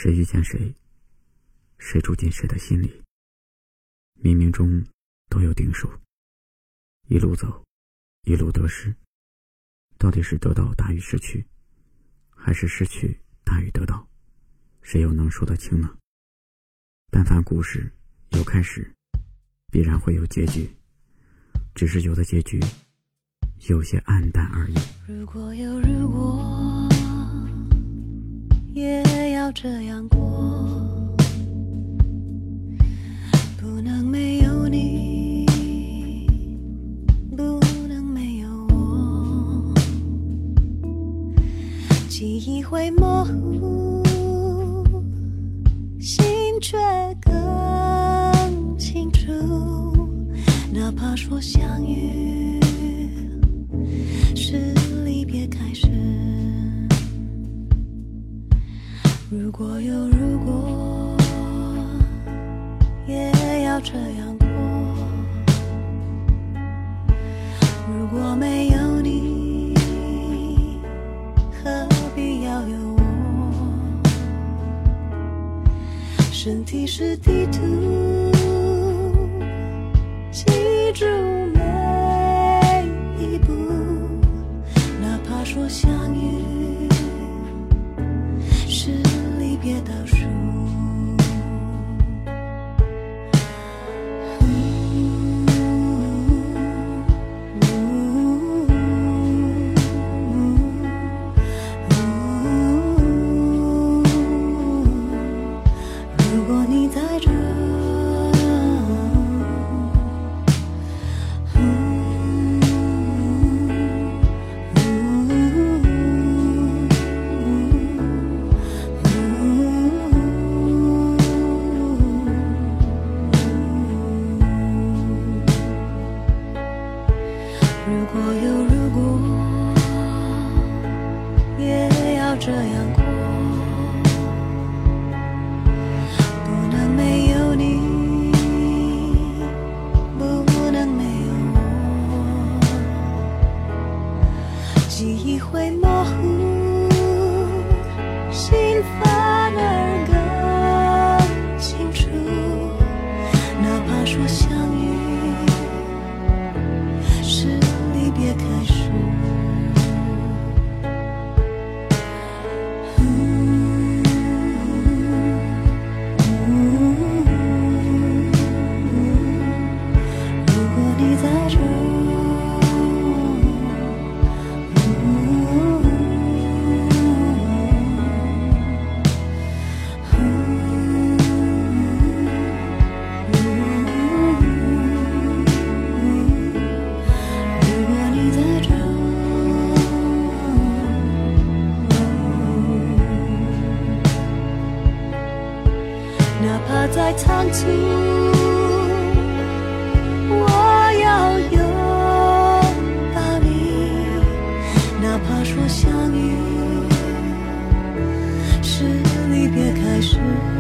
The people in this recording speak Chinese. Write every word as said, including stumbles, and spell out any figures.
谁遇见谁，谁住进谁的心里，冥冥中都有定数。一路走，一路得失，到底是得到大于失去，还是失去大于得到？谁又能说得清呢？但凡故事有开始，必然会有结局，只是有的结局有些黯淡而已。 如果有如果，也要这样过，不能没有你，不能没有我，记忆会模糊，心却更清楚，哪怕说相遇是离别开始。如果有如果，也要这样过，如果没有你，何必要有我？身体是地图，记住每一步，哪怕说相遇是离别倒数。如果你在这，如果有如果，也要这样过，不能没有你，不能没有我，记忆会模糊，心反而更清楚，哪怕说相遇是离别开始。如果你在这，哪怕再仓促，我要拥抱你，哪怕说相遇是离别开始。